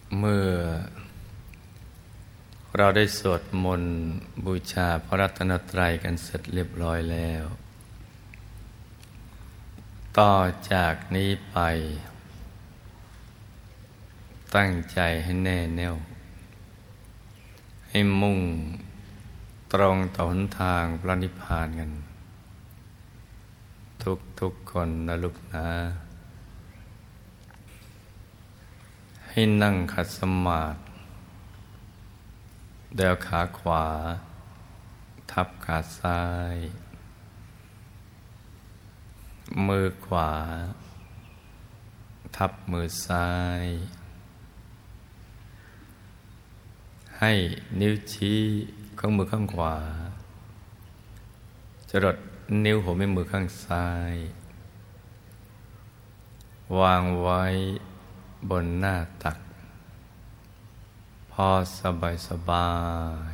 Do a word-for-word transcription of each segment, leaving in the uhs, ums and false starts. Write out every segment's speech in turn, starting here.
เมื่อเราได้สวดมนต์บูชาพระรัตนตรัยกันเสร็จเรียบร้อยแล้ว ต่อจากนี้ไปตั้งใจให้แน่แน่วให้มุ่งตรงต่อหนทางพระนิพพานกัน ทุกทุกคนนะลูกนะให้นั่งขัดสมาธิเดี่ยวขาขวาทับขาซ้าย มือขวาทับมือซ้าย ให้นิ้วชี้ของมือข้างขวาจรดนิ้วหัวแม่มือข้างซ้าย วางไว้บนหน้าตักพอสบายสบาย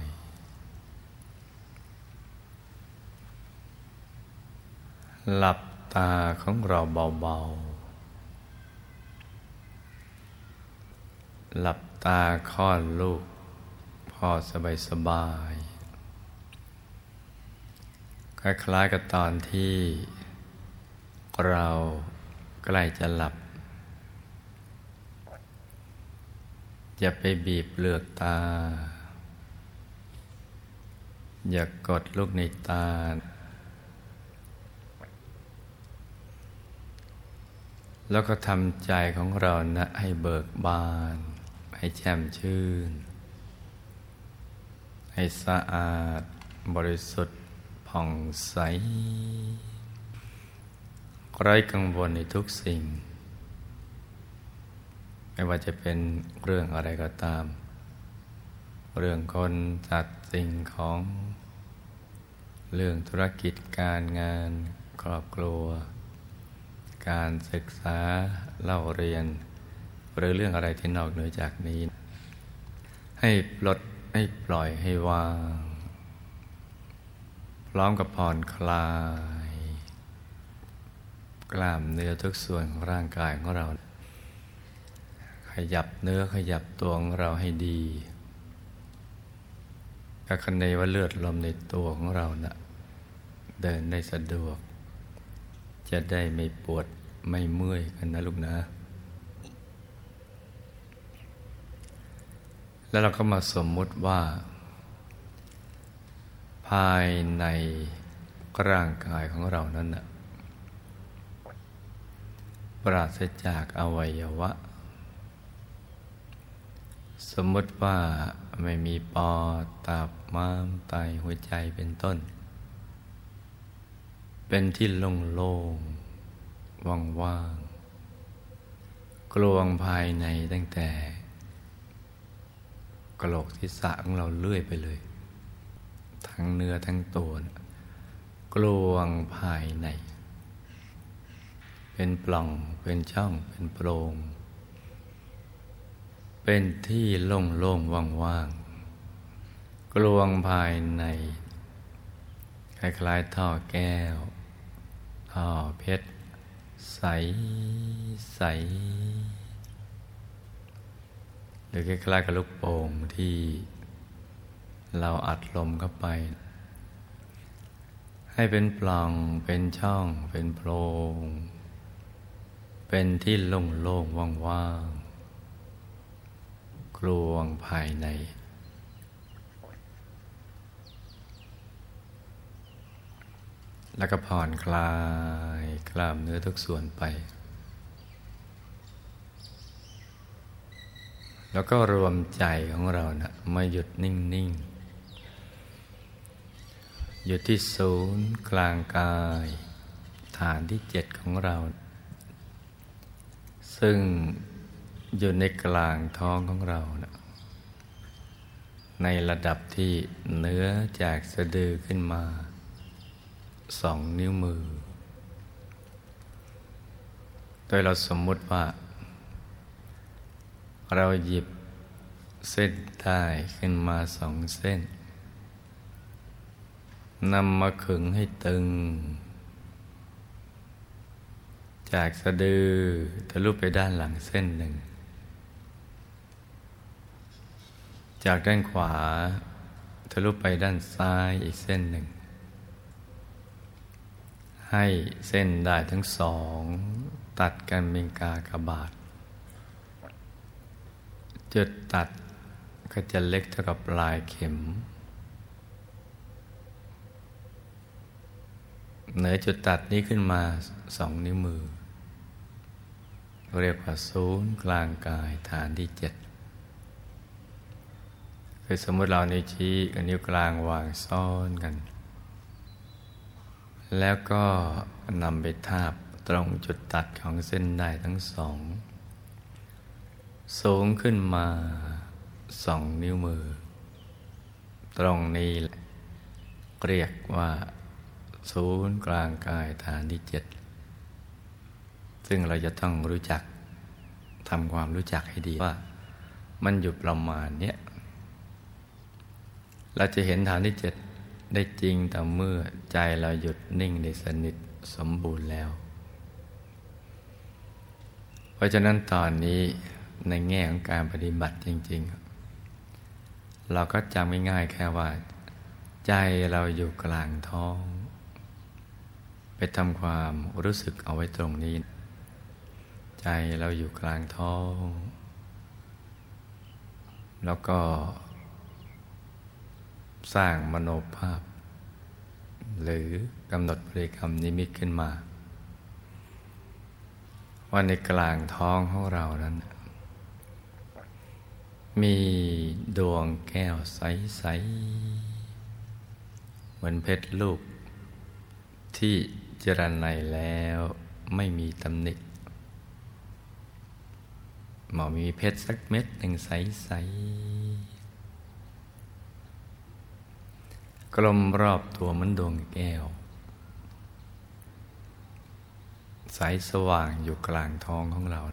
หลับตาของเราเบาๆหลับตาคลอดลูกพอสบายสบายคล้ายๆกับตอนที่เราใกล้จะหลับอย่าไปบีบเปลือกตาอย่ากดลูกในตาแล้วก็ทำใจของเรานะให้เบิกบานให้แช่มชื่นให้สะอาดบริสุทธิ์ผ่องใสไร้กังวลในทุกสิ่งไม่ว่าจะเป็นเรื่องอะไรก็ตามเรื่องคนจัดสิ่งของเรื่องธุรกิจการงานครอบครัวการศึกษาเล่าเรียนหรือเรื่องอะไรที่นอกเหนือจากนี้ให้ปลดให้ปล่อยให้วางพร้อมกับผ่อนคลายกล้ามเนื้อทุกส่วนของร่างกายของเราขยับเนื้อขยับตัวของเราให้ดีกะคันเนว่าเลือดลมในตัวของเรานะ่ะเดินได้สะดวกจะได้ไม่ปวดไม่เมื่อยกันนะลูกนะแล้วเราก็มาสมมุติว่าภายในร่างกายของเรานั้นนะปราศจากอวัยวะสมมติว่าไม่มีปอดตับม้ามไตหัวใจเป็นต้นเป็นที่โล่งๆว่างๆกลวงภายในตั้งแต่กะโหลกศีรษะของเราเลื่อยไปเลยทั้งเนื้อทั้งตัวกลวงภายในเป็นปล่องเป็นช่องเป็นโพรงเป็นที่โล่งๆว่างๆกลวงภายในคล้ายๆท่อแก้วท่อเพชรใสใสหรือคล้ายๆกับลูกโป่งที่เราอัดลมเข้าไปให้เป็นปล่องเป็นช่องเป็นโพรงเป็นที่โล่งๆว่างๆกลวงภายในแล้วก็ผ่อนคลายกล้ามเนื้อทุกส่วนไปแล้วก็รวมใจของเรานะมาหยุดนิ่งๆหยุดที่ศูนย์กลางกายฐานที่เจ็ดของเราซึ่งอยู่ในกลางท้องของเรานะในระดับที่เหนือจากสะดือขึ้นมาสองนิ้วมือโดยเราสมมุติว่าเราหยิบเส้นได้ขึ้นมาสองเส้นนำมาขึงให้ตึงจากสะดือทะลุไปด้านหลังเส้นหนึ่งจากด้านขวาทะลุไปด้านซ้ายอีกเส้นหนึ่งให้เส้นได้ทั้งสองตัดกันเป็นกากบาทจุดตัดก็จะเล็กเท่ากับปลายเข็มเหนือจุดตัดนี้ขึ้นมาสองนิ้วมือเรียกว่าศูนย์กลางกายฐานที่เจ็ดคือสมมติเรานิ้วชี้กับนิ้วกลางวางซ้อนกันแล้วก็นำไปทาบตรงจุดตัดของเส้นได้ทั้งสองสูงขึ้นมาสองนิ้วมือตรงนี้เรียกว่าศูนย์กลางกายฐานที่เจ็ดซึ่งเราจะต้องรู้จักทำความรู้จักให้ดีว่ามันอยู่ประมาณเนี้ยเราจะเห็นฐานที่เจ็ดได้จริงแต่เมื่อใจเราหยุดนิ่งได้สนิทสมบูรณ์แล้วเพราะฉะนั้นตอนนี้ในแง่ของการปฏิบัติจริงๆเราก็จำง่ายๆแค่ว่าใจเราอยู่กลางท้องไปทำความรู้สึกเอาไว้ตรงนี้ใจเราอยู่กลางท้องแล้วก็สร้างมโนภาพหรือกำหนดบริกรรมนิมิตขึ้นมาว่าในกลางท้องของเรานั้นมีดวงแก้วใสๆเหมือนเพชรลูกที่เจรไนแล้วไม่มีตำหนิหมอมีเพชรสักเม็ดหนึ่งใสๆกลมรอบตัวเหมือนดวงแก้วใสสว่างอยู่กลางท้องของเรา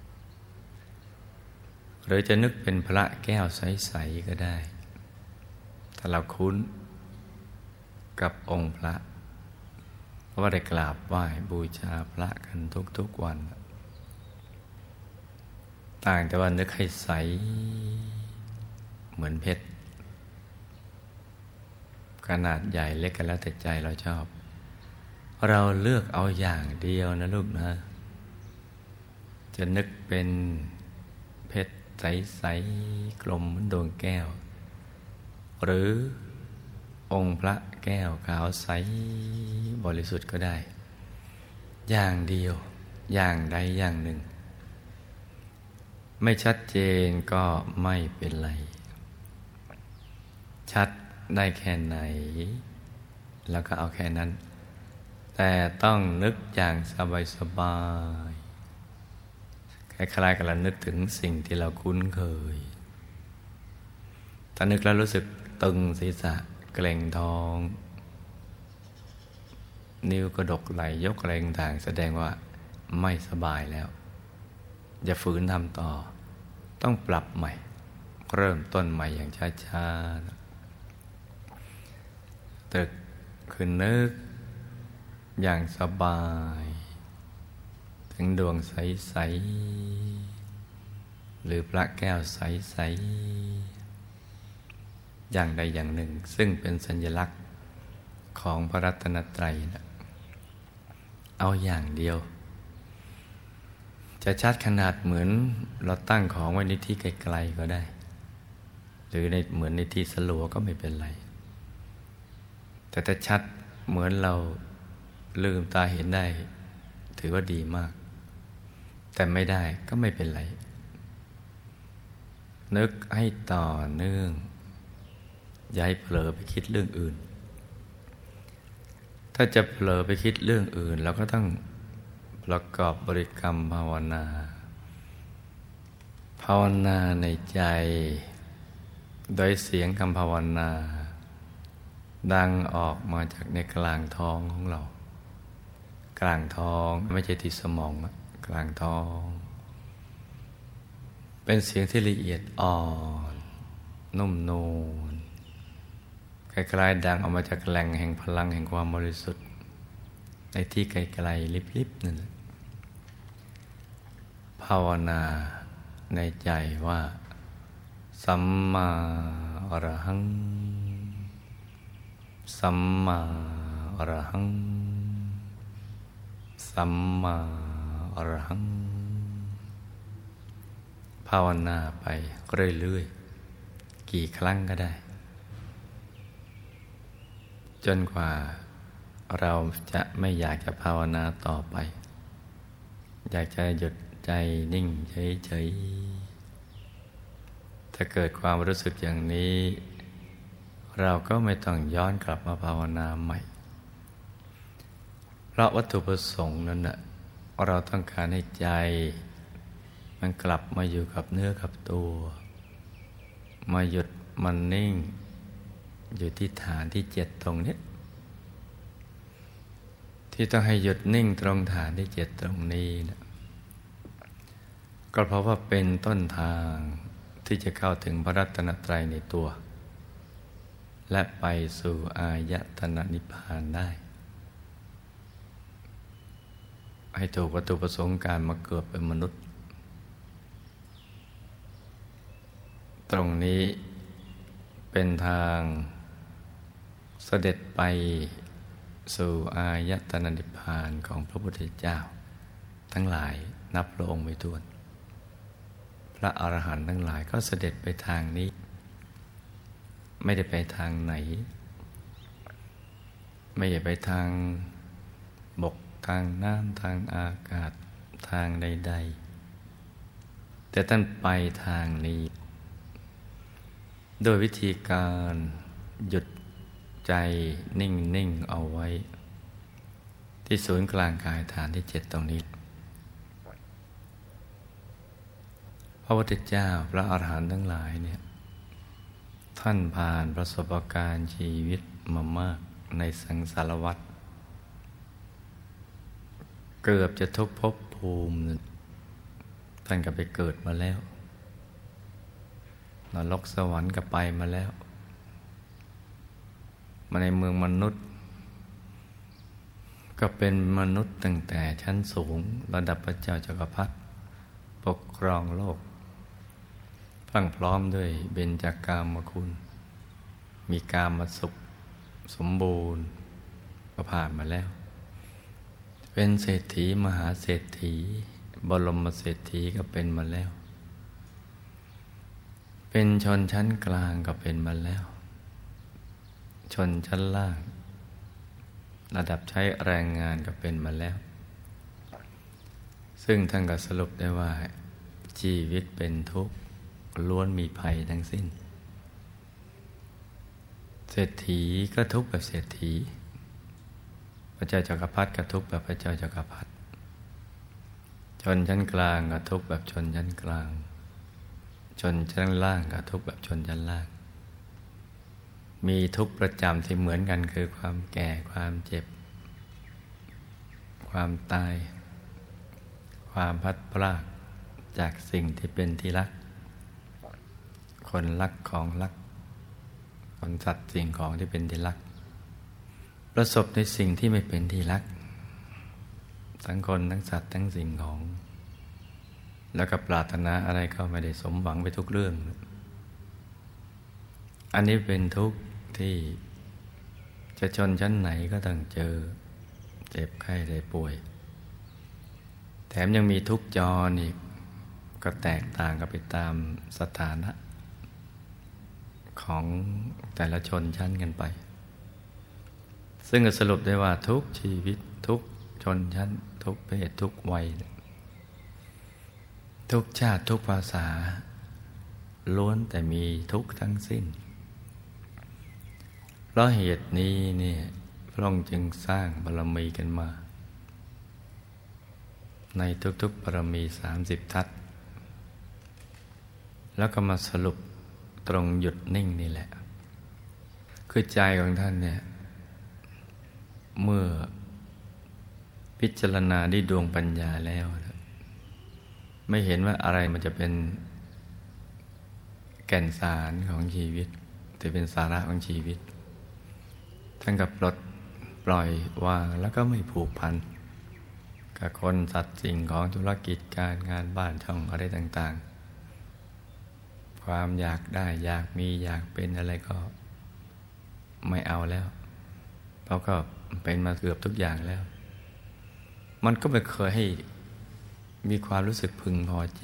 หรือจะนึกเป็นพระแก้วใสๆก็ได้ถ้าเราคุ้นกับองค์พระเพราะว่าได้กราบไหว้บูชาพระกันทุกๆวันต่างแต่ว่านึกให้ใสเหมือนเพชรขนาดใหญ่เล็กกันแล้วแต่ใจเราชอบเราเลือกเอาอย่างเดียวนะลูกนะจะนึกเป็นเพชรใสๆกลมเหมือนดวงแก้วหรือองค์พระแก้วขาวใสบริสุทธิ์ก็ได้อย่างเดียวอย่างใดอย่างหนึ่งไม่ชัดเจนก็ไม่เป็นไรชัดได้แค่ไหนแล้วก็เอาแค่นั้นแต่ต้องนึกอย่างสบายๆคล้ายๆกับเรานึกถึงสิ่งที่เราคุ้นเคยถ้านึกแล้วรู้สึกตึงศีรษะเกร็งท้องนิ้วกระดกไหลยกอะไรต่างๆแสดงว่าไม่สบายแล้วอย่าฝืนทำต่อต้องปรับใหม่เริ่มต้นใหม่อย่างช้าๆตึกคือนึกอย่างสบายถึงดวงใสๆหรือพระแก้วใสๆอย่างใดอย่างหนึ่งซึ่งเป็นสัญลักษณ์ของพระรัตนตรัยนะเอาอย่างเดียวจะชัดขนาดเหมือนเราตั้งของไว้ในที่ไกลๆก็ได้หรือในเหมือนในที่สลัวก็ไม่เป็นไรแต่ถ้าชัดเหมือนเราลืมตาเห็นได้ถือว่าดีมากแต่ไม่ได้ก็ไม่เป็นไรนึกให้ต่อเนื่องอย่าให้เผลอไปคิดเรื่องอื่นถ้าจะเผลอไปคิดเรื่องอื่นเราก็ต้องประกอบบริกรรมภาวนาภาวนาในใจโดยเสียงคำภาวนาดังออกมาจากในกลางท้องของเรากลางท้องไม่ใช่ที่สมองกลางท้องเป็นเสียงที่ละเอียดอ่อนนุ่มนูนคล้ายๆดังออกมาจากแหล่งแห่งพลังแห่งความบริสุทธิ์ในที่ไกลๆลิบๆนั่นแหละภาวนาในใจว่าสัมมาอรหังสัมมาอรหังสัมมาอรหังภาวนาไปเรื่อยๆกี่ครั้งก็ได้จนกว่าเราจะไม่อยากจะภาวนาต่อไปอยากจะหยุดใจนิ่งเฉยๆถ้าเกิดความรู้สึกอย่างนี้เราก็ไม่ต้องย้อนกลับมาภาวนาใหม่เพราะวัตถุประสงค์นั้นน่ะเราต้องการให้ใจมันกลับมาอยู่กับเนื้อกับตัวมาหยุดมันนิ่งอยู่ที่ฐานที่เจ็ดตรงนี้ที่ต้องให้หยุดนิ่งตรงฐานที่เจ็ดตรงนี้นะก็เพราะว่าเป็นต้นทางที่จะเข้าถึงพระรัตนตรัยในตัวและไปสู่อายตนะนิพพานได้ให้ถูกวัตถุประสงค์การมาเกิดเป็นมนุษย์ตรงนี้เป็นทางเสด็จไปสู่อายตนะนิพพานของพระพุทธเจ้าทั้งหลายนับพระองค์ไม่ถ้วนพระอรหันต์ทั้งหลายก็เสด็จไปทางนี้ไม่ได้ไปทางไหนไม่ได้ไปทางบกทางน้ำทางอากาศทางใดๆแต่ท่านไปทางนี้โดยวิธีการหยุดใจนิ่งๆเอาไว้ที่ศูนย์กลางกายฐานที่เจ็ดตรงนี้พระพุทธเจ้าพระอรหันต์ทั้งหลายเนี่ยท่านผ่านประสบการณ์ชีวิตมามากในสังสารวัฏเกือบจะทุกภพภูมิท่านก็ไปเกิดมาแล้วนรกสวรรค์ก็ไปมาแล้วมาในเมืองมนุษย์ก็เป็นมนุษย์ตั้งแต่ชั้นสูงระดับพระเจ้าจักรพรรดิปกครองโลกพรั่งพร้อมด้วยเบญจกามคุณมีกามสุขสมบูรณ์ก็ผ่านมาแล้วเป็นเศรษฐีมหาเศรษฐีบรมเศรษฐีก็เป็นมาแล้วเป็นชนชั้นกลางก็เป็นมาแล้วชนชั้นล่างระดับใช้แรงงานก็เป็นมาแล้วซึ่งท่านก็สรุปได้ว่าชีวิตเป็นทุกข์ล้วนมีภัยทั้งสิ้นเศรษฐีก็ทุกข์แบบเศรษฐีพระเจ้าจักรพรรดิก็ทุกข์แบบพระเจ้าจักรพรรดิชนชั้นกลางก็ทุกข์แบบชนชั้นกลางชนชั้นล่างก็ทุกข์แบบชนชั้นล่างมีทุกข์ประจำที่เหมือนกันคือความแก่ความเจ็บความตายความพัดพรากจากสิ่งที่เป็นที่รักคนรักของรักคนสัตว์สิ่งของที่เป็นที่รักประสบในสิ่งที่ไม่เป็นที่รักทั้งคนทั้งสัตว์ทั้งสิ่งของแล้วก็ปรารถนาอะไรก็ไม่ได้สมหวังไปทุกเรื่องอันนี้เป็นทุกข์ที่จะชนชั้นไหนก็ต้องเจอเจ็บไข้ได้ป่วยแถมยังมีทุกข์จรอีกก็แตกต่างกันไปตามสถานะของแต่ละชนชั้นกันไปซึ่งก็สรุปได้ว่าทุกชีวิตทุกชนชั้นทุกเพศทุกวัยทุกชาติทุกภาษาล้วนแต่มีทุกข์ทั้งสิ้นเพราะเหตุนี้เนี่ยพระองค์จึงสร้างบารมีกันมาในทุกๆบารมีสามสิบทัศน์แล้วก็มาสรุปตรงหยุดนิ่งนี่แหละคือใจของท่านเนี่ยเมื่อพิจารณาด้วยดวงปัญญาแล้วไม่เห็นว่าอะไรมันจะเป็นแก่นสารของชีวิตแต่เป็นสาระของชีวิตท่านก็ปลดปล่อยวางแล้วก็ไม่ผูกพันกับคนสัตว์สิ่งของธุรกิจการงานบ้านช่องอะไรต่างๆความอยากได้อยากมีอยากเป็นอะไรก็ไม่เอาแล้วเพราะก็เป็นมาเกือบทุกอย่างแล้วมันก็ไม่เคยให้มีความรู้สึกพึงพอใจ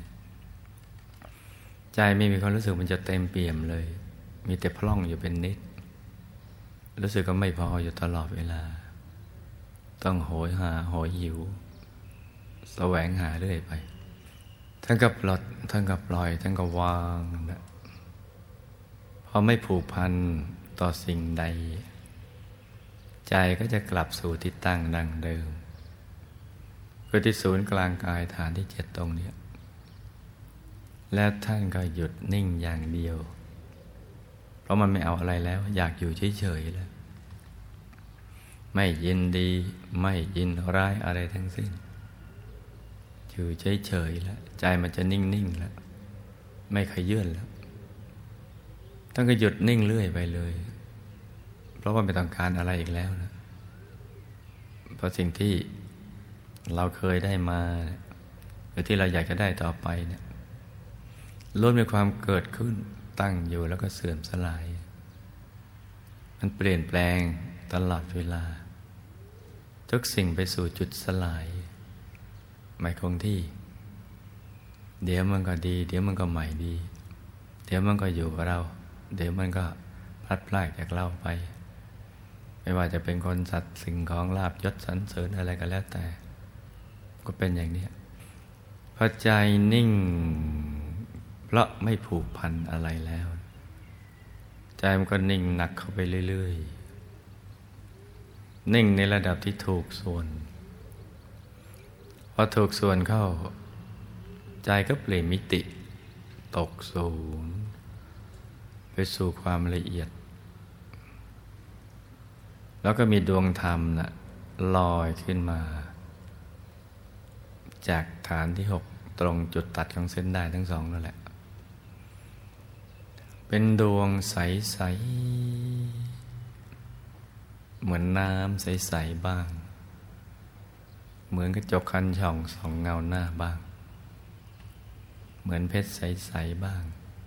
ใจไม่มีความรู้สึกมันจะเต็มเปี่ยมเลยมีแต่พร่องอยู่เป็นนิดรู้สึกก็ไม่พออยู่ตลอดเวลาต้องโหยหาโหยหิวแสวงหาเรื่อยไปทั้งกับปลดทั้งกับปล่อยทั้งกับวางนะพอไม่ผูกพันต่อสิ่งใดใจก็จะกลับสู่ที่ตั้งดังเดิมคือที่ศูนย์กลางกายฐานที่เจ็ดตรงนี้แล้วท่านก็หยุดนิ่งอย่างเดียวเพราะมันไม่เอาอะไรแล้วอยากอยู่เฉยๆแล้วไม่ยินดีไม่ยินร้ายอะไรทั้งสิ้นอยู่เฉยๆแล้วใจมันจะนิ่งๆแล้วไม่ขยื่นแล้วท่านก็หยุดนิ่งเรื่อยไปเลยเพราะว่าไม่ต้องการอะไรอีกแล้วนะเพราะสิ่งที่เราเคยได้มาหรือที่เราอยากจะได้ต่อไปเนี่ยล้วนมีความเกิดขึ้นตั้งอยู่แล้วก็เสื่อมสลายมันเปลี่ยนแปลงตลอดเวลาทุกสิ่งไปสู่จุดสลายไม่คงที่เดี๋ยวมันก็ดีเดี๋ยวมันก็ใหม่ดีเดี๋ยวมันก็อยู่กับเราเดี๋ยวมันก็พลัดพรากจากเราไปไม่ว่าจะเป็นคนสัตว์สิ่งของลาภยศสรรเสริญอะไรก็แล้วแต่ก็เป็นอย่างนี้พอใจนิ่งเพราะไม่ผูกพันอะไรแล้วใจมันก็นิ่งหนักเข้าไปเรื่อยๆนิ่งในระดับที่ถูกส่วนพอถูกส่วนเข้าใจก็เปลี่ยนมิติตกศูนย์ไปสู่ความละเอียดแล้วก็มีดวงธรรมน่ะลอยขึ้นมาจากฐานที่หกตรงจุดตัดของเส้นได้ทั้งสองนั่นแหละเป็นดวงใสๆเหมือนน้ำใสๆบ้างเหมือนกระจกคันช่องส่องเงาหน้าบ้างเหมือนเพชรใสๆบ้าง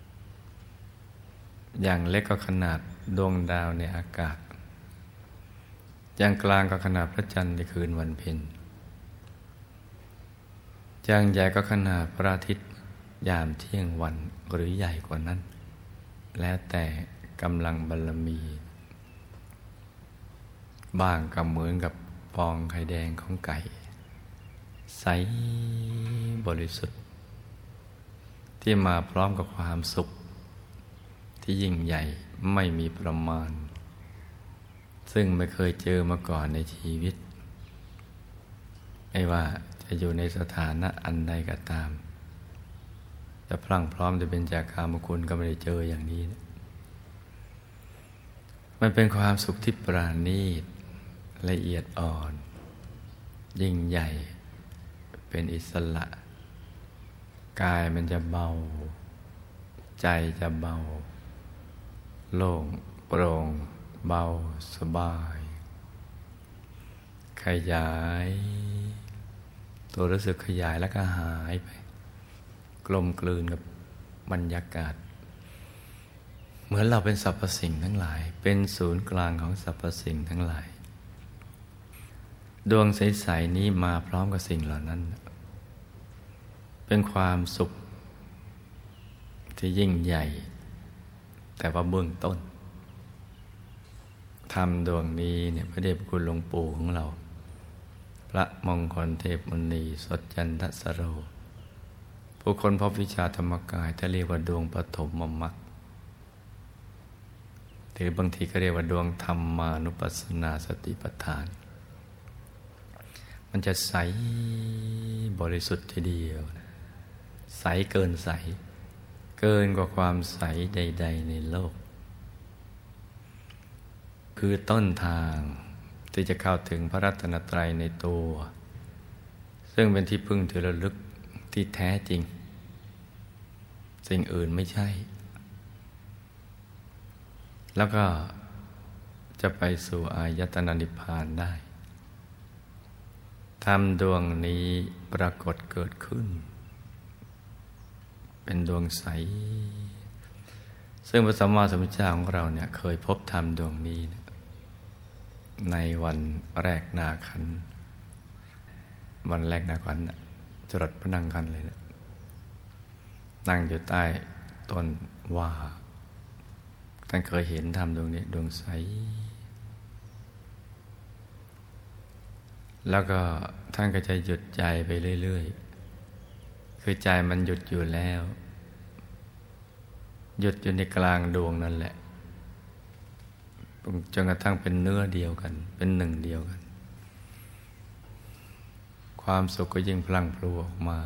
อย่างเล็กก็ขนาดดวงดาวในอากาศอย่างกลางก็ขนาดพระจันทร์ในคืนวันเพ็ญอย่างใหญ่ก็ขนาดพระอาทิตย์ยามเที่ยงวันหรือใหญ่กว่านั้นแล้วแต่กำลังบารมีบ้างก็เหมือนกับฟองไข่แดงของไก่ใสบริสุทธิ์ที่มาพร้อมกับความสุขที่ยิ่งใหญ่ไม่มีประมาณซึ่งไม่เคยเจอมาก่อนในชีวิตไม่ว่าจะอยู่ในสถานะอันใดก็ตามจะพรั่งพร้อมจะเป็นจากกามคุณก็ไม่ได้เจออย่างนี้นะมันเป็นความสุขที่ปราณีตละเอียดอ่อนยิ่งใหญ่เป็นอิสระกายมันจะเบาใจจะเบาโล่งโปร่งเบาสบายขยายตัวรู้สึกขยายแล้วก็หายไปกลมกลืนกับบรรยากาศเหมือนเราเป็นสรรพสิ่งทั้งหลายเป็นศูนย์กลางของสรรพสิ่งทั้งหลายดวงใสๆนี้มาพร้อมกับสิ่งเหล่านั้นเป็นความสุขที่ยิ่งใหญ่แต่ว่าเบื้องต้นธรรมดวงนี้เนี่ยพระเดชพระคุณหลวงปู่ของเราพระมงคลเทพมุนีสดจันทสโรผู้คนพบวิชาธรรมกายถ้าเรียกว่าดวงปฐมมรรคหรือบางทีก็เรียกว่าดวงธรรมานุปัสสนาสติปัฏฐานมันจะใสบริสุทธิ์ทีเดียวใสเกินใสเกินกว่าความใสใดๆในโลกคือต้นทางที่จะเข้าถึงพระรัตนตรัยในตัวซึ่งเป็นที่พึ่งที่ระลึกที่แท้จริงสิ่งอื่นไม่ใช่แล้วก็จะไปสู่อายตนะนิพพานได้ธรรมดวงนี้ปรากฏเกิดขึ้นเป็นดวงใสซึ่งพระสัมมาสัมพุทธเจ้าของเราเนี่ยเคยพบธรรมดวงนี้ในวันแรกนาขันธ์วันแรกนาขันธ์จรดพระนังขันธ์เลยนะนั่งอยู่ใต้ต้นว่าท่านเคยเห็นธรรมดวงนี้ดวงใสแล้วก็ท่านก็จะหยุดใจไปเรื่อยๆคือใจมันหยุดอยู่แล้วหยุดอยู่ในกลางดวงนั่นแหละจนกระทั่งเป็นเนื้อเดียวกันเป็นหนึ่งเดียวกันความสุขก็ยิ่งพลังพลูออกมา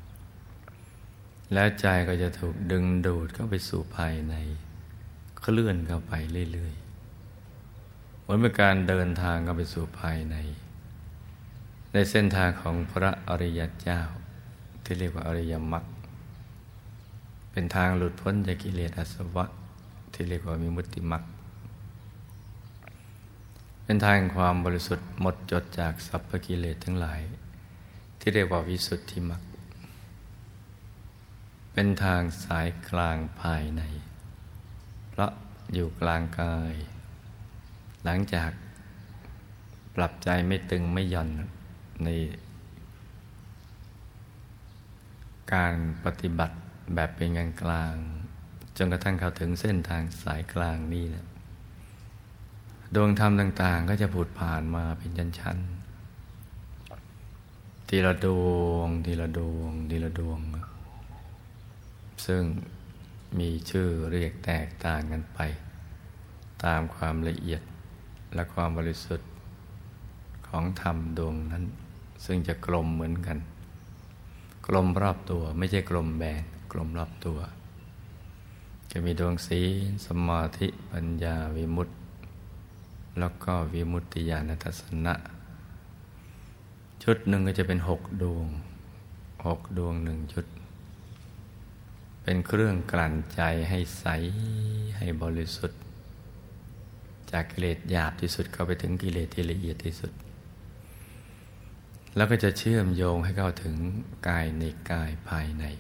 แล้วใจก็จะถูกดึงดูดเข้าไปสู่ภายในเคลื่อนเข้าไปเรื่อยๆเหมือนเป็นการเดินทางเข้าไปสู่ภายในในเส้นทางของพระอริยเจ้าที่เรียกว่าอริยมรรคเป็นทางหลุดพ้นจากกิเลสอาสวะที่เรียกว่าวิมุตติมรรคเป็นทางความบริสุทธิ์หมดจดจากสรรพกิเลสทั้งหลายที่เรียกว่าวิสุทธิมรรคเป็นทางสายกลางภายในเพราะอยู่กลางกายหลังจากปรับใจไม่ตึงไม่หย่อนในการปฏิบัติแบบเป็นกลางกลางจนกระทั่งเข้าถึงเส้นทางสายกลางนี่แหละดวงธรรมต่างๆก็จะผุดผ่านมาเป็นชั้นๆทีละดวงทีละดวงทีละดวงซึ่งมีชื่อเรียกแตกต่างกันไปตามความละเอียดและความบริสุทธิ์ของธรรมดวงนั้นซึ่งจะกลมเหมือนกันกลมรอบตัวไม่ใช่กลมแบนกลมรอบตัวจะมีดวงศีลสมาธิปัญญาวิมุตติแล้วก็วิมุตติญาณทัศนะชุดหนึ่งก็จะเป็นหกดวงหกดวงหนึ่งชุดเป็นเครื่องกลั่นใจให้ใสให้บริสุทธิ์จากกิเลสหยาบที่สุดเข้าไปถึงกิเลสที่ละเอียดที่สุดแล้วก็จะเชื่อมโยงให้เข้าถึงกายในกายภายใน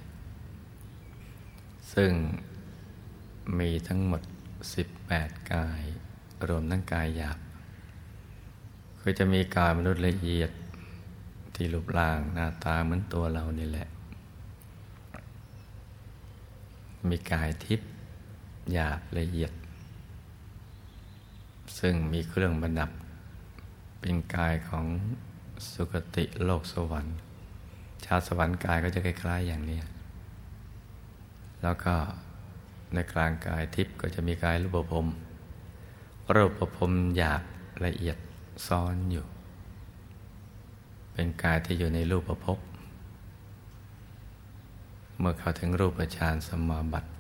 ซึ่งมีทั้งหมดสิบแปดกายรวมทั้งกายหยาบคือจะมีกายมนุษย์ละเอียดที่รูปร่างหน้าตาเหมือนตัวเรานี่แหละมีกายทิพย์หยาบละเอียดซึ่งมีเครื่องประดับเป็นกายของสุคติโลกสวรรค์ชาวสวรรค์กายก็จะคล้ายๆอย่างนี้แล้วก็ในกลางกายทิพย์ก็จะมีกายรูปภพรูปภพหยาบละเอียดซ้อนอยู่เป็นกายที่อยู่ในรูปภพเมื่อเข้าถึงรูปฌานสมาบัติ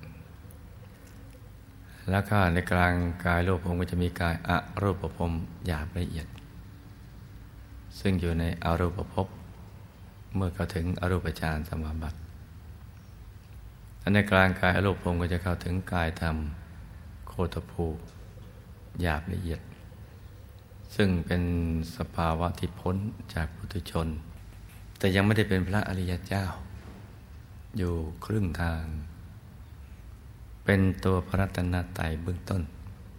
แล้วก็ในกลางกายรูปภพก็จะมีกายอรูปภพหยาบละเอียดซึ่งอยู่ในอรูปภพเมื่อเข้าถึงอรูปฌานสมาบัติและในกลางกายอรูปภพก็จะเข้าถึงกายธรรมโคตภูหยาบละเอียดซึ่งเป็นสภาวะที่พ้นจากปุถุชนแต่ยังไม่ได้เป็นพระอริยเจ้าอยู่ครึ่งทางเป็นตัวพระรัตนตรัยเบื้องต้น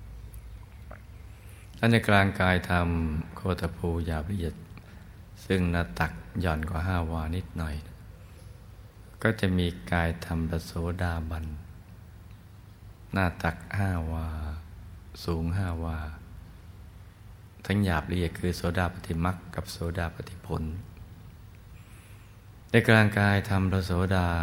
และในกลางกายธรรมโคตภูหยาบละเอียดซึ่งหน้าตักหย่อนกว่าห้าวานิดหน่อยก็จะมีกายธรรมพระโสดาบันหน้าตักห้าวาสูงห้าวาทั้งหยาบละเอียดคือโสดาปัตติมรรคกับโสดาปัตติผลในกลางกายธรรมพระโสดา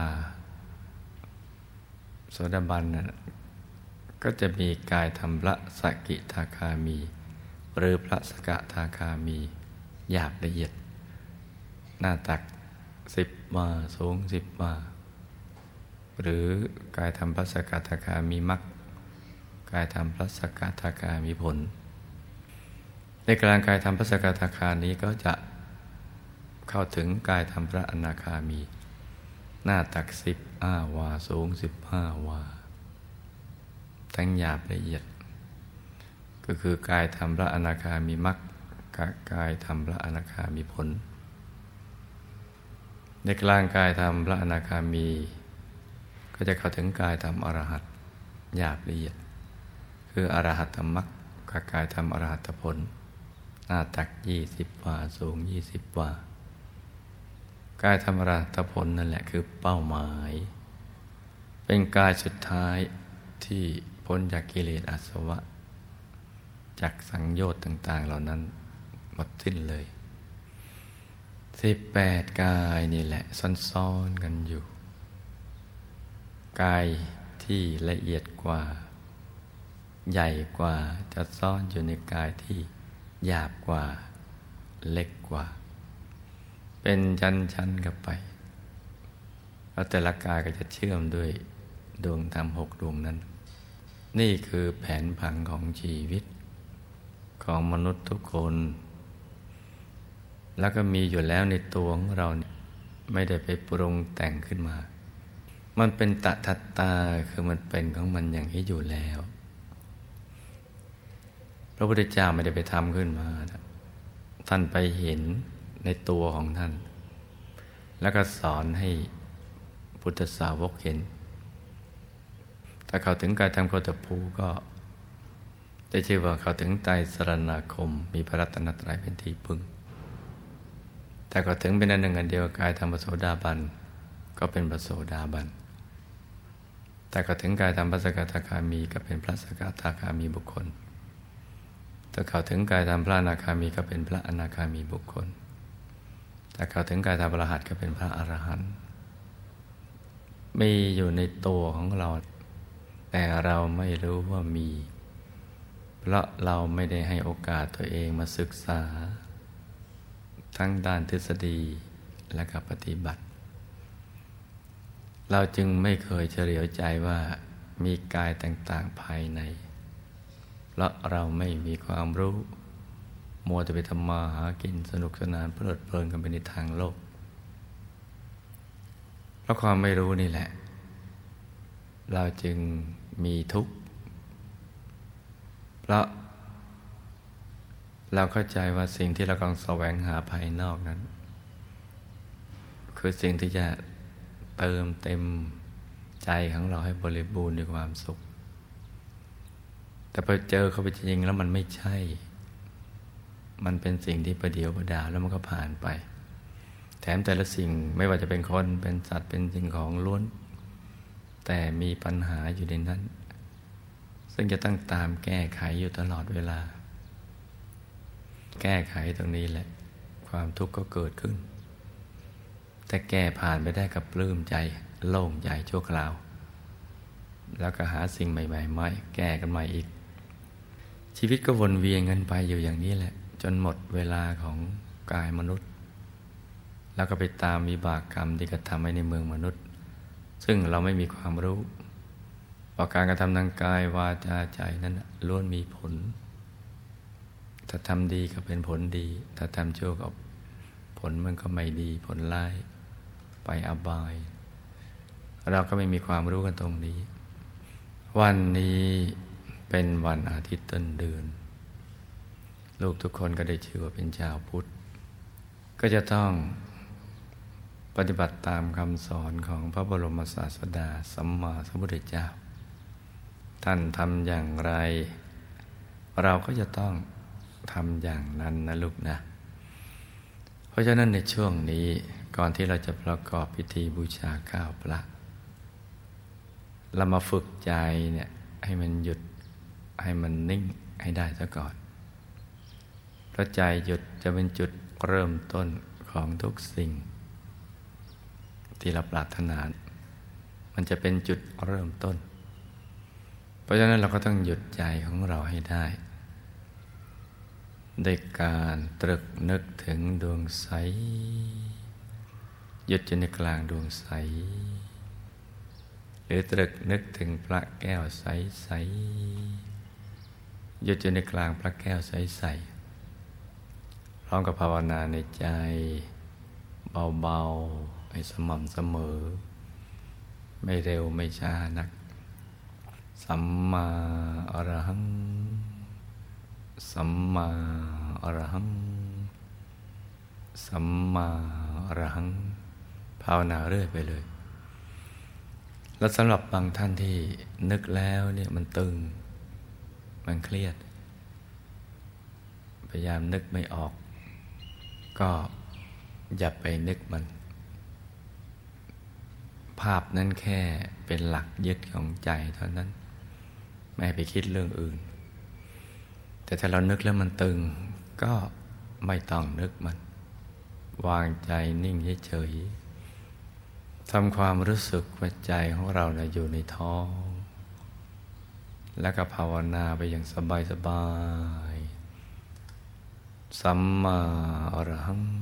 โสดาบันนะก็จะมีกายธรรมพระสกิทาคามีหรือพระสกทาคามีหยาบละเอียดหน้าตักสิบวาสูงสิบวาหรือกายธรรมพระสกทาคามีมรรคกายธรรมพระสกทาคามีผลในกลางกายธรรมพระสกทาคานี้ก็จะเข้าถึงกายธรรมพระอนาคามีหน้าตักสิบห้าวาสูงสิบห้าวาทั้งหยาบละเอียดก็คือกายธรรมพระอนาคามีมรรคกายธรรมพระอนาคามีผลในกลางกายธรรมพระอนาคามีก็จะเข้าถึงกายธรรมอรหัตหยาบละเอียดคืออรหัตมรรคกับกายธรรมอรหัตผลหน้าตักยี่สิบวาสูงยี่สิบวากายธรรมอรหัตผลนั่นแหละคือเป้าหมายเป็นกายสุดท้ายที่พ้นจากกิเลสอาสวะจากสังโยชน์ต่างๆเหล่านั้นหมดสิ้นเลยสิบแปดกายนี่แหละซ้อนๆกันอยู่กายที่ละเอียดกว่าใหญ่กว่าจะซ่อนอยู่ในกายที่หยาบกว่าเล็กกว่าเป็นชั้นๆกันไปแล้วแต่ละกายก็จะเชื่อมด้วยดวงธรรมหกดวงนั้นนี่คือแผนผังของชีวิตของมนุษย์ทุกคนแล้วก็มีอยู่แล้วในตัวของเราเนี่ยไม่ได้ไปปรุงแต่งขึ้นมามันเป็นตถัตตาคือมันเป็นของมันอย่างนี้อยู่แล้วพระพุทธเจ้าไม่ได้ไปทำขึ้นมาท่านไปเห็นในตัวของท่านแล้วก็สอนให้พุทธสาวกเห็นถ้าเขาถึงกายธรรมโคตภูก็ได้ชื่อว่าเขาถึงไตรสรณคมมีพระรัตนตรัยเป็นที่พึ่งแต่ก็ถึงเป็นอันหนึ่งอันเดียวกายธรรมพระโสดาบันก็เป็นพระโสดาบันแต่ก็ถึงกายธรรมพระสกทาคามีก็เป็นพระสกทาคามีบุคคลถ้าเขาถึงกายธรรมพระอนาคามีก็เป็นพระอนาคามีบุคคลถ้าเขาถึงกายธรรมอรหันต์ก็เป็นพระอรหันต์มีอยู่ในตัวของเราแต่เราไม่รู้ว่ามีเพราะเราไม่ได้ให้โอกาสตัวเองมาศึกษาทั้งด้านทฤษฎีและกับปฏิบัติเราจึงไม่เคยเฉลียวใจว่ามีกายต่างๆภายในเพราะเราไม่มีความรู้มัวแต่ไปทำมาหากินสนุกสนานเพลิดเพลินกันไปในทางโลกเพราะความไม่รู้นี่แหละเราจึงมีทุกข์เพราะเราเข้าใจว่าสิ่งที่เรากำลังแสวงหาภายนอกนั้นคือสิ่งที่จะเติมเต็มใจของเราให้บริบูรณ์ด้วยความสุขแต่พอเจอเข้าไปจริงๆแล้วมันไม่ใช่มันเป็นสิ่งที่ประเดี๋ยวประดาวแล้วมันก็ผ่านไปแถมแต่ละสิ่งไม่ว่าจะเป็นคนเป็นสัตว์เป็นสิ่งของล้วนแต่มีปัญหาอยู่ในนั้นซึ่งจะต้องตามแก้ไขอยู่ตลอดเวลาแก้ไขตรงนี้แหละความทุกข์ก็เกิดขึ้นแต่แก้ผ่านไปได้กับปลื้มใจโล่งใจชั่วคราวแล้วก็หาสิ่งใหม่ๆมาแก้กันใหม่อีกชีวิตก็วนเวียนกันไปอยู่อย่างนี้แหละจนหมดเวลาของกายมนุษย์แล้วก็ไปตามวิบากกรรมที่กระทำไว้ในเมืองมนุษย์ซึ่งเราไม่มีความรู้ว่าการกระทำทางกายวาจาใจนั้นล้วนมีผลถ้าทำดีก็เป็นผลดีถ้าทำชั่วก็ผลมันก็ไม่ดีผลร้ายไปอบายเราก็ไม่มีความรู้กันตรงนี้วันนี้เป็นวันอาทิตย์ต้นเดือนลูกทุกคนก็ได้ชื่อว่าเป็นชาวพุทธก็จะต้องปฏิบัติตามคำสอนของพระบรมศาสดาสัมมาสัมพุทธเจ้าท่านทำอย่างไรเราก็จะต้องทำอย่างนั้นนะลูกนะเพราะฉะนั้นในช่วงนี้ก่อนที่เราจะประกอบพิธีบูชาข้าวพระเรามาฝึกใจเนี่ยให้มันหยุดให้มันนิ่งให้ได้ซะก่อนเพราะใจหยุดจะเป็นจุดเริ่มต้นของทุกสิ่งที่เราปรารถนามันจะเป็นจุดเริ่มต้นเพราะฉะนั้นเราก็ต้องหยุดใจของเราให้ได้โดยการตรึกนึกถึงดวงใสหยุดอยู่ในกลางดวงใสหรือตรึกนึกถึงพระแก้วใสๆหยุดอยู่ในกลางพระแก้วใสๆพร้อมกับภาวนาในใจเบาๆให้สม่ำเสมอไม่เร็วไม่ช้านักสัมมาอรหังสัมมาอรหังสัมมาอรหังภาวนาเรื่อยไปเลยแล้วสำหรับบางท่านที่นึกแล้วเนี่ยมันตึงมันเครียดพยายามนึกไม่ออกก็อย่าไปนึกมันภาพนั้นแค่เป็นหลักยึดของใจเท่านั้นไม่ไปคิดเรื่องอื่นแต่ถ้าเรานึกแล้วมันตึงก็ไม่ต้องนึกมันวางใจนิ่งเฉยๆทำความรู้สึกว่าใจของเราเนี่ยอยู่ในท้องแล้วก็ภาวนาไปอย่างสบายๆสัมมาอรหัง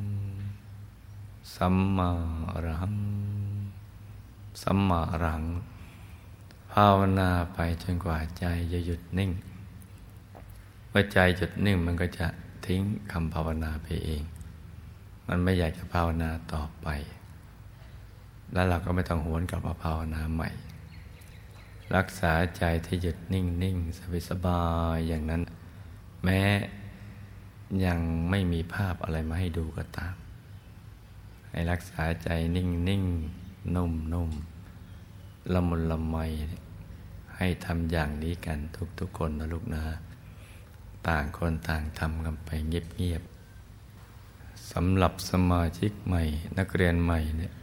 สัมมาอรหังสัมมาอรหังภาวนาไปจนกว่าใจจะหยุดนิ่งเมื่อใจหยุดนิ่งมันก็จะทิ้งคำภาวนาไปเองมันไม่อยากจะภาวนาต่อไปแล้วเราก็ไม่ต้องหวนกลับมาภาวนาใหม่รักษาใจที่หยุดนิ่งนิ่งสบายสบายอย่างนั้นแม้ยังไม่มีภาพอะไรมาให้ดูก็ตามให้รักษาใจนิ่งนิ่งนุ่มนุ่มละมุนละไมให้ทำอย่างนี้กันทุกๆคนนะลูกนะต่างคนต่างทำกันไปเงียบๆสำหรับสมาชิกใหม่นักเรียนใหม่เนี่ย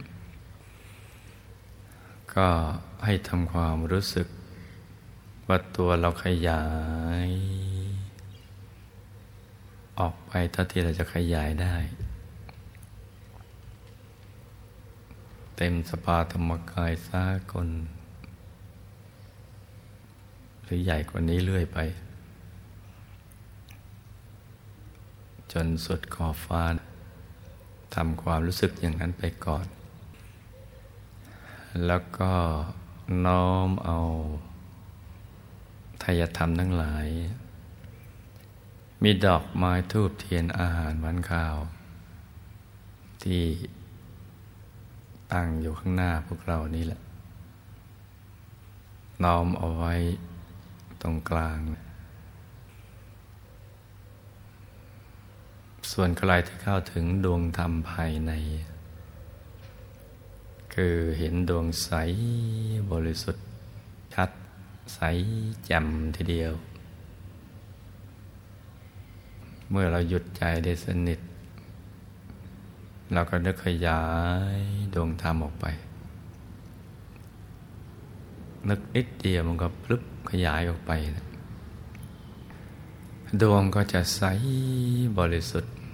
ก็ให้ทำความรู้สึกว่าตัวเราขยายออกไปเท่าที่เราจะขยายได้เต็มสภาธรรมกายสากลหรือใหญ่กว่านี้เรื่อยไปจนสุดขอบฟ้าทำความรู้สึกอย่างนั้นไปก่อนแล้วก็น้อมเอาไทยธรรมทั้งหลายมีดอกไม้ธูปเทียนอาหารหวานข้าวที่ตั้งอยู่ข้างหน้าพวกเรานี่แหละน้อมเอาไว้ตรงกลางส่วนใครที่เข้าถึงดวงธรรมภายในคือเห็นดวงใสบริสุทธิ์ชัดใสแจ่มทีเดียวเมื่อเราหยุดใจได้สนิทเราก็นึกขยายดวงธรรมออกไปนึกนิดเดียวมันก็พลึบขยายออกไปนะดวงก็จะใสบริสุทธิ์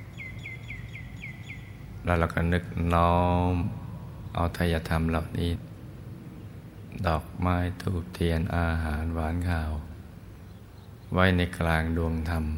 แล้วเราก็นึกน้อมเอาไตรธรรมเหล่านี้ดอกไม้ธูปเทียนอาหารหวานข้าวไว้ในกลางดวงธรรม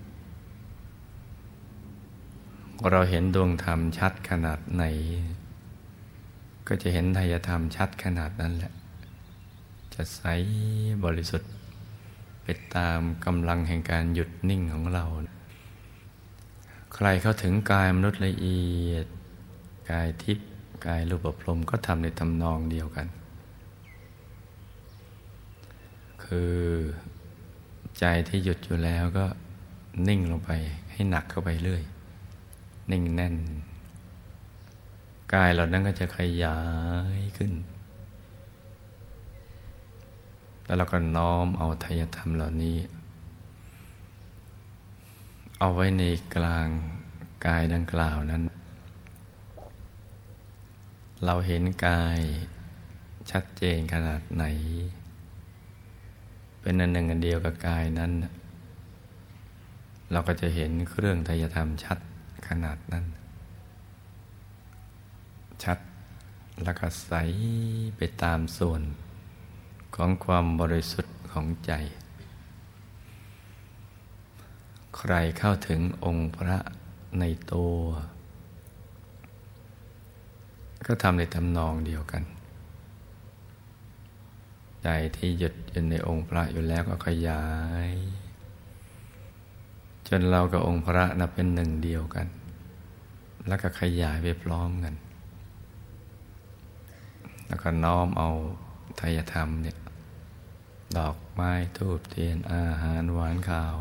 เราเห็นดวงธรรมชัดขนาดไหนก็จะเห็นไตรธรรมชัดขนาดนั้นแหละจะใสบริสุทธิ์ไปตามกำลังแห่งการหยุดนิ่งของเราใครเข้าถึงกายมนุษย์ละเอียดกายทิพย์กายรูปพรหมก็ทำในทำนองเดียวกันคือใจที่หยุดอยู่แล้วก็นิ่งลงไปให้หนักเข้าไปเรื่อยนิ่งแน่นกายเรานั้นก็จะขยายขึ้นแล้วเราก็น้อมเอาไตรธรรมเหล่านี้เอาไว้ในกลางกายดังกล่าวนั้นเราเห็นกายชัดเจนขนาดไหนเป็นอันหนึ่งอันเดียวกับกายนั้นเราก็จะเห็นเครื่องไตรธรรมชัดขนาดนั้นชัดแล้วก็ใสไปตามส่วนของความบริสุทธิ์ของใจใครเข้าถึงองค์พระในตัวก็ทำในทำนองเดียวกันใจที่หยุดอยู่ในองค์พระอยู่แล้วก็ขยายจนเรากับองค์พระนับเป็นหนึ่งเดียวกันแล้วก็ขยายไปพร้อมกันแล้วก็น้อมเอาไตรธรรมเนี่ยดอกไม้ธูปเทียนอาหารหวานข้าว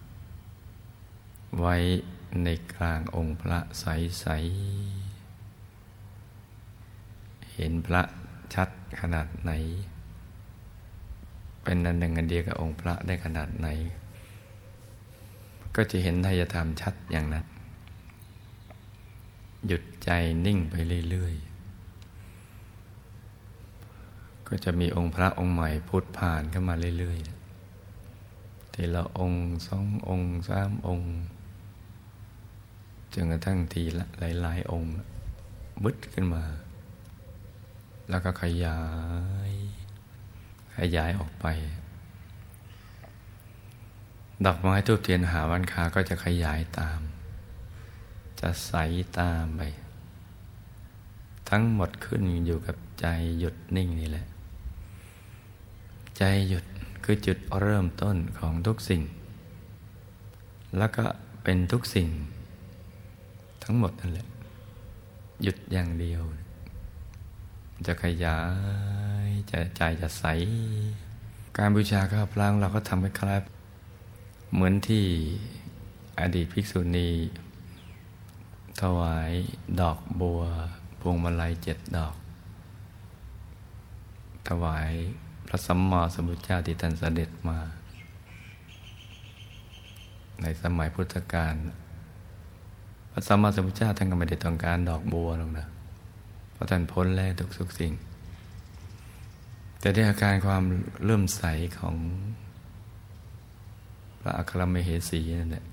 ไว้ในกลางองค์พระใสๆเห็นพระชัดขนาดไหนเป็นอันหนึ่งอันเดียวกับองค์พระได้ขนาดไหนก็จะเห็นไตรธรรมชัดอย่างนั้นหยุดใจนิ่งไปเรื่อยๆก็จะมีองค์พระองค์ใหม่พุทธผ่านเข้ามาเรื่อยๆทีละองค์สององค์สามองค์จนกระทั่งทีละหลายๆองค์บึ้ดขึ้นมาแล้วก็ขยายขยายออกไปดอกไม้ทูบเทียนหาวันคาก็จะขยายตามจะใสตามไปทั้งหมดขึ้นอยู่กับใจหยุดนิ่งนี่แหละใจหยุดคือจุดเริ่มต้นของทุกสิ่งแล้วก็เป็นทุกสิ่งทั้งหมดนั่นแหละหยุดอย่างเดียวจะขยายจะใจจะใสการบูชาข้าวพระเราก็ทำให้คล้ายเหมือนที่อดีตภิกษุณีถวายดอกบัวพวงมาลัยเจ็ดดอกถวายพระสัมมาสัมพุทธเจ้าที่ท่านเสด็จมาในสมัยพุทธกาลพระสัมมาสัมพุทธเจ้าท่านก็ไม่ได้ต้องการดอกบัวหรอกนะเพราะท่านพ้นแล้วทุกสุขสิ่งแต่ด้วยอาการความเลื่อมใสของพระอัครมเหสีนั่นแหละ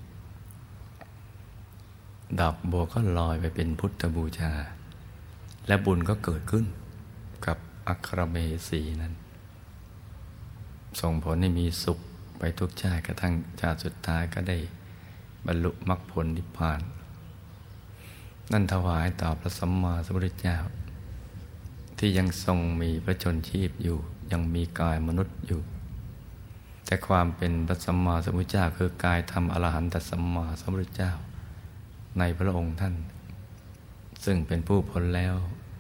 ดอกบัวก็ลอยไปเป็นพุทธบูชาและบุญก็เกิดขึ้นกับอัครมเหสีนั้นส่งผลให้มีสุขไปทุกชาติกระทั่งชาติสุดท้ายก็ได้บรรลุมรรคผลนิพพานนั่นถวายต่อพระสัมมาสัมพุทธเจ้าที่ยังทรงมีพระชนชีพอยู่ยังมีกายมนุษย์อยู่แต่ความเป็นพระสัมมาสัมพุทธเจ้าคือกายธรรมอรหันตสัมมาสัมพุทธเจ้าในพระองค์ท่านซึ่งเป็นผู้พ้นแล้ว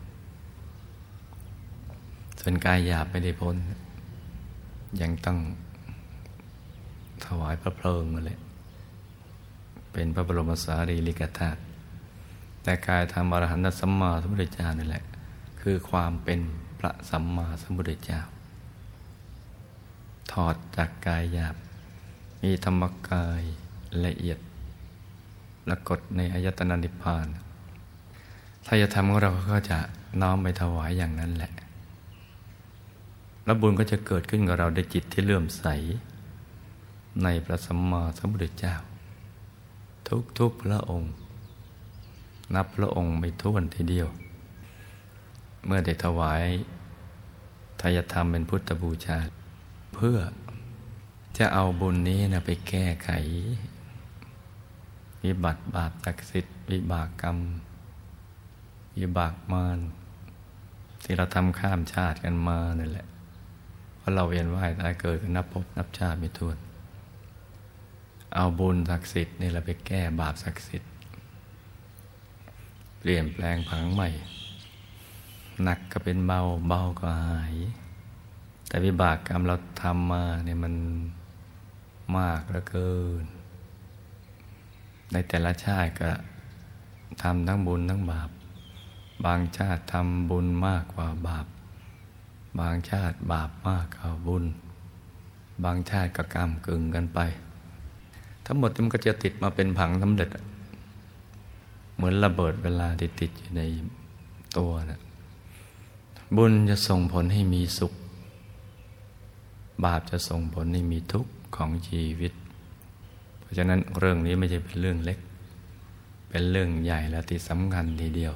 ส่วนกายหยาบไม่ได้พ้นยังต้องถวายพระเพลิงนั่นแหละเป็นพระบรมสารีริกธาตุแต่กายธรรมอรหันตสัมมาสัมพุทธเจ้านั่นแหละคือความเป็นพระสัมมาสัมพุทธเจ้าถอดจากกายหยาบมีธรรมกายละเอียดปรากฏในอายตนะนิพพานถ้าจะทำของเราก็จะน้อมไปถวายอย่างนั้นแหละแล้วบุญก็จะเกิดขึ้นกับเราด้วยจิตที่เลื่อมใสในพระสัมมาสัมพุทธเจ้าทุกๆพระองค์นับพระองค์ไม่ถ้วนทีเดียวเมื่อได้ถวายทายธรรมเป็นพุทธบูชาเพื่อจะเอาบุญนี้นะไปแก้ไขวิบัติบาปศักดิ์สิทธิ์วิบากกรรมวิบากมารที่เราทำข้ามชาติกันมานั่นแหละเพราะเราเวียนว่ายตายเกิดกันนับภพนับชาติไม่ถ้วนเอาบุญศักดิ์สิทธิ์นี่แหละไปแก้บาปศักดิ์สิทธิ์เปลี่ยนแปลงผังใหม่หนักก็เป็นเบาเบาก็หายแต่วิบากกรรมเราทำมาเนี่ยมันมากเหลือเกินในแต่ละชาติก็ทำทั้งบุญทั้งบาปบางชาติทำบุญมากกว่าบาปบางชาติบาปมากกว่าบุญบางชาติก็ก้ำกึ่งกันไปทั้งหมดมันก็จะติดมาเป็นผังสำเร็จเหมือนระเบิดเวลาที่ติดอยู่ในตัวนะบุญจะส่งผลให้มีสุขบาปจะส่งผลให้มีทุกข์ของชีวิตเพราะฉะนั้นเรื่องนี้ไม่ใช่เป็นเรื่องเล็กเป็นเรื่องใหญ่และที่สำคัญทีเดียว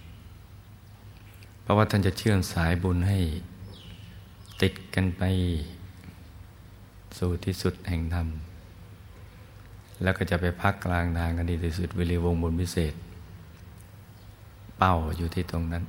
เพราะว่าท่านจะเชื่อมสายบุญให้ติดกันไปสู่ที่สุดแห่งธรรมแล้วก็จะไปพักกลางทางกันดีที่สุดวิริวงศ์บุญพิเศษเป้าอยู่ที่ตรงนั้น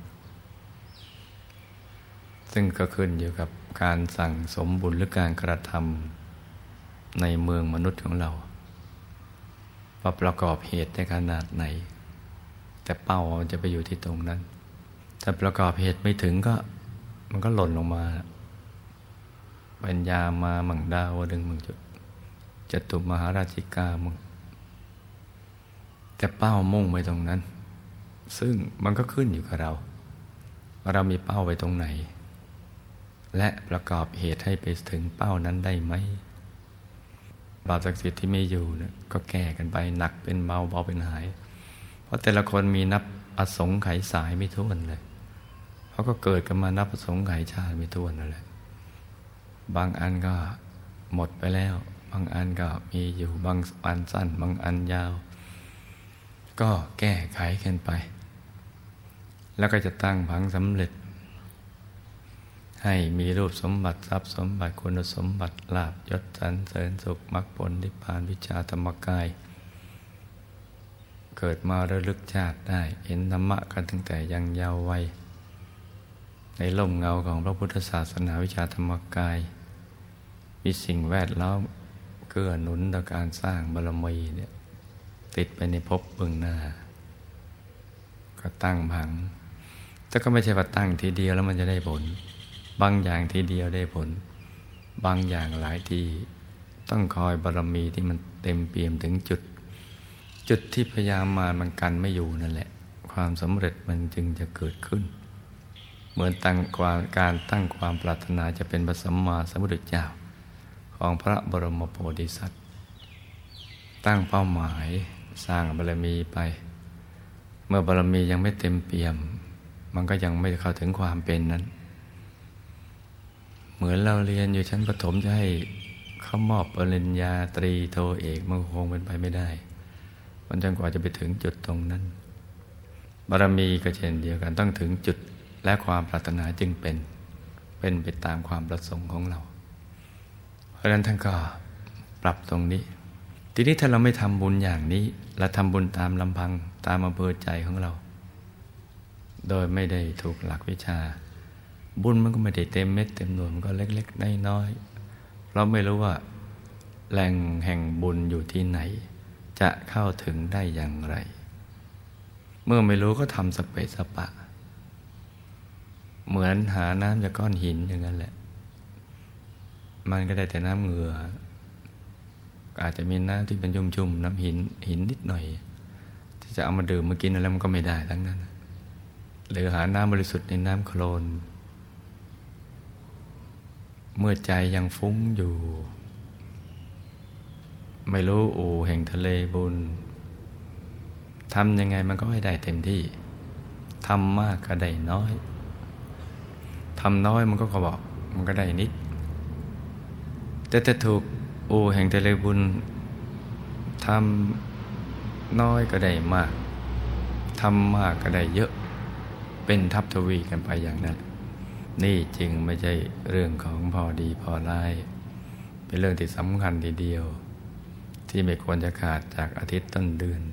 ซึ่งก็ขึ้นอยู่กับการสั่งสมบุญหรือการกระทำในเมืองมนุษย์ของเราว่าประกอบเหตุในขนาดไหนแต่เป้ามันจะไปอยู่ที่ตรงนั้นถ้าประกอบเหตุไม่ถึงก็มันก็หล่นลงมาปัญญามามั่งดาวดึงมั่งจุดจตุมหาราชิกามั่งแต่เป้ามุ่งไปตรงนั้นซึ่งมันก็ขึ้นอยู่กับเราว่าเรามีเป้าไปตรงไหนและประกอบเหตุให้ไปถึงเป้านั้นได้ไหมบาปศักดิ์สิทธิ์ที่ไม่อยู่เนี่ยก็แก้กันไปหนักเป็นเบาเบาเป็นหายเพราะแต่ละคนมีนับอสงไขยสายไม่ถ้วนเลยเขาก็เกิดกันมานับอสงไขยชาติไม่ถ้วนนั่นแหละบางอันก็หมดไปแล้วบางอันก็มีอยู่บางอันสั้นบางอันยาวก็แก้ไขกันไปแล้วก็จะตั้งผังสำเร็จให้มีรูปสมบัติทรัพย์สมบัติคุณสมบัติลาภยศสรรเสริญสุขมรรคผลนิพพานวิชาธรรมกายเกิดมาระลึกชาติได้เห็นธรรมะกันตั้งแต่ยังเยาว์วัยในร่มเงาของพระพุทธศาสนาวิชาธรรมกายมีสิ่งแวดล้อมเกื้อหนุนต่อการสร้างบารมีเนี่ยติดไปในภพเบื้องหน้าก็ตั้งผังแต่ก็ไม่ใช่ว่าตั้งทีเดียวแล้วมันจะได้ผลบางอย่างทีเดียวได้ผลบางอย่างหลายทีต้องคอยบารมีที่มันเต็มเปี่ยมถึงจุดจุดที่พยายามมามันกันไม่อยู่นั่นแหละความสำเร็จมันจึงจะเกิดขึ้นเหมือนตั้งความการตั้งความปรารถนาจะเป็นพระสัมมาสัมพุทธเจ้าของพระบรมโพธิสัตว์ตั้งเป้าหมายสร้างบารมีไปเมื่อบารมียังไม่เต็มเปี่ยมมันก็ยังไม่เข้าถึงความเป็นนั้นเหมือนเราเรียนอยู่ชั้นประถมจะให้เขามอบปริญญาตรีโทเอกมันคงเป็นไปไม่ได้มันจนกว่าจะไปถึงจุดตรงนั้นบารมีก็เช่นเดียวกันต้องถึงจุดและความปรารถนาจึงเป็นเป็นไปตามความประสงค์ของเราเพราะฉะนั้นท่านก็ปรับตรงนี้ทีนี้ถ้าเราไม่ทำบุญอย่างนี้เราทำบุญตามลำพังตามอำเภอใจของเราโดยไม่ได้ถูกหลักวิชาบุญมันก็ไม่ได้เต็มเม็ดเต็มหน่วยมันก็เล็กๆน้อยๆเราไม่รู้ว่าแหล่งแห่งบุญอยู่ที่ไหนจะเข้าถึงได้อย่างไรเมื่อไม่รู้ก็ทำสเปะสปะเหมือนหาน้ำจากก้อนหินอย่างนั้นแหละมันก็ได้แต่น้ำเหงื่ออาจจะมีน้ำที่เป็นชุ่มๆน้ำหินหินนิดหน่อยที่จะเอามาดื่มมากินอะไรมันก็ไม่ได้ทั้งนั้นหรือหาน้ำบริสุทธิ์ในน้ำโคลนเมื่อใจยังฟุ้งอยู่ไม่รู้อู่แห่งทะเลบุญทำยังไงมันก็ไม่ได้เต็มที่ทำมากก็ได้น้อยทำน้อยมันก็ก็บอกมันก็ได้นิดแต่ถ้าถูกอู่แห่งทะเลบุญทำน้อยก็ได้มากทำมากก็ได้เยอะเป็นทัพทวีกันไปอย่างนั้นนี่จึงไม่ใช่เรื่องของพอดีพอร้ายเป็นเรื่องที่สำคัญทีเดียวที่ไม่ควรจะขาดจากอาทิตย์ต้นเดือน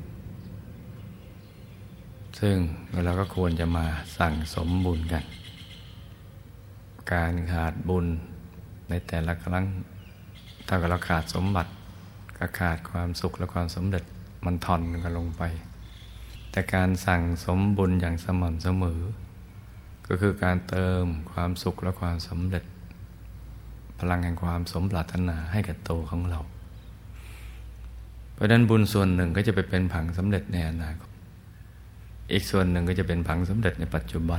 ซึ่งเราก็ควรจะมาสั่งสมบุญกันการขาดบุญในแต่ละครั้งถ้าเราขาดสมบัติก็ขาดความสุขและความสำเร็จมันทอนกันลงไปแต่การสั่งสมบุญอย่างสม่ำเสมอก็คือการเติมความสุขและความสำเร็จพลังแห่งความสมปรารถนาให้กับตัวของเราเพราะนั้นบุญส่วนหนึ่งก็จะไปเป็นผังสำเร็จในอนาคตอีกส่วนหนึ่งก็จะเป็นผังสำเร็จในปัจจุบัน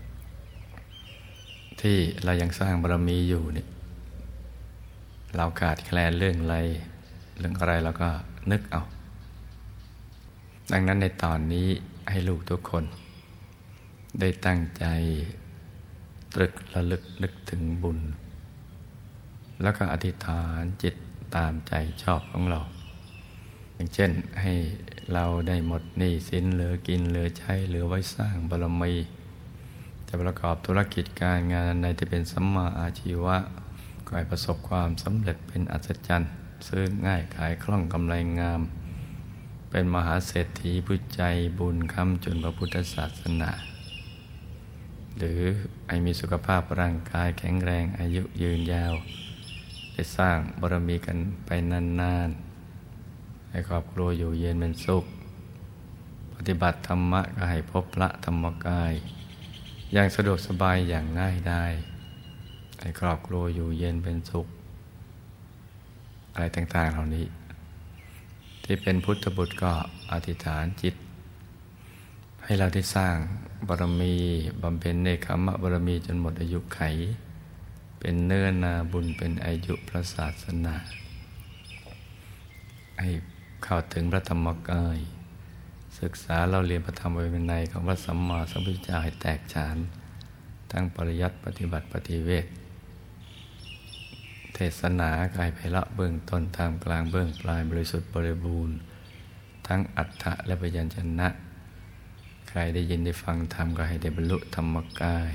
ที่เรายังสร้างบารมีอยู่เนี่ยเราขาดแคลนเรื่องอะไรเรื่องอะไรเราก็นึกเอาดังนั้นในตอนนี้ให้ลูกทุกคนได้ตั้งใจตรึกระลึกนึกถึงบุญแล้วก็อธิษฐานจิตตามใจชอบของเราอย่างเช่นให้เราได้หมดหนี้สินเหลือกินเหลือใช้เหลือไว้สร้างบารมีจะประกอบธุรกิจการงานใดที่เป็นสัมมาอาชีวะก็ให้ประสบความสำเร็จเป็นอัศจรรย์ซื้อง่ายขายคล่องกำไรงามเป็นมหาเศรษฐีผู้ใจบุญค้ำจุนพระพุทธศาสนาหรือให้มีสุขภาพร่างกายแข็งแรงอายุยืนยาวได้สร้างบารมีกันไปนานๆให้ครอบครัวอยู่เย็นเป็นสุขปฏิบัติธรรมะก็ให้พบพระธรรมกายอย่างสะดวกสบายอย่างง่ายได้ให้ครอบครัวอยู่เย็นเป็นสุขอะไรต่างๆเหล่านี้ที่เป็นพุทธบุตรก็อธิษฐานจิตให้เราได้สร้างบารมีบำเพ็ญเนกขัมมะบารมีจนหมดอายุไขไปเป็นเนื้อนาบุญเป็นอายุพระศาสนาให้เข้าถึงพระธรรมกายศึกษาเราเรียนพระธรรมวินัยของพระสัมมาสัมพุทธเจ้าให้แตกฉานทั้งปริยัติปฏิบัติปฏิเวทเทศนากายไพเราะเบื้องต้นท่ามกลางเบื้องปลายบริสุทธิ์บริบูรณ์ทั้งอัฏฐะและพยัญชนะใครได้ยินได้ฟังธรรมก็ให้ได้บรรลุธรรมกาย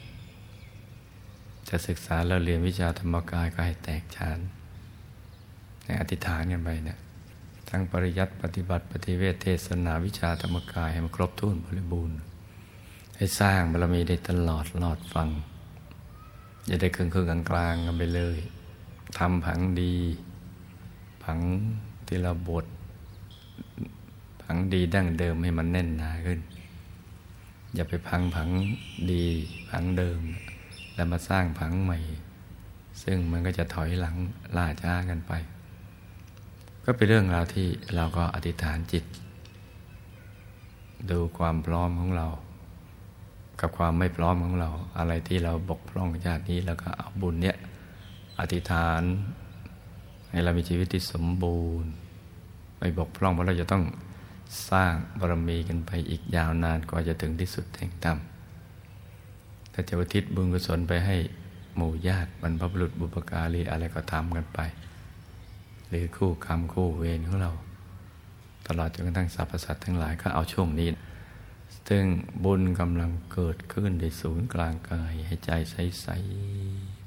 จะศึกษาเราเรียนวิชาธรรมกายก็ให้แตกฉานในอธิษฐานกันไปเนี่ยทั้งปริยัติปฏิบัติปฏิเวทเทศนาวิชาธรรมกายให้มันครบถ้วนบริบูรณ์ให้สร้างบารมีได้ตลอดหลอดฟังอย่าได้ครึ่งครึ่งกลางๆกันไปเลยทำผังดีผังที่เราบทผังดีดั้งเดิมให้มันแน่นหนาขึ้นอย่าไปพังผังดีผังเดิมแล้วมาสร้างผังใหม่ซึ่งมันก็จะถอยหลังล่าช้ากันไปก็เป็นเรื่องราวที่เราก็อธิษฐานจิตดูความพร้อมของเรากับความไม่พร้อมของเราอะไรที่เราบกพร่องชาตินี้แล้วก็เอาบุญเนี้ยอธิษฐานให้เรามีชีวิตที่สมบูรณ์ไม่บกพร่องเพราะเราจะต้องสร้างบารมีกันไปอีกยาวนานกว่าจะถึงที่สุดแห่งธรรมถ้าจะอุทิศบุญกุศลไปให้หมู่ญาติบรรพบุรุษบุพการีอะไรก็ทำกันไปหรือคู่กรรมคู่เวรของเราตลอดจนกระทั่งสรรพสัตว์ทั้งหลายก็เอาช่วงนี้ซึ่งบุญกำลังเกิดขึ้นในศูนย์กลางกายให้ใจใสๆ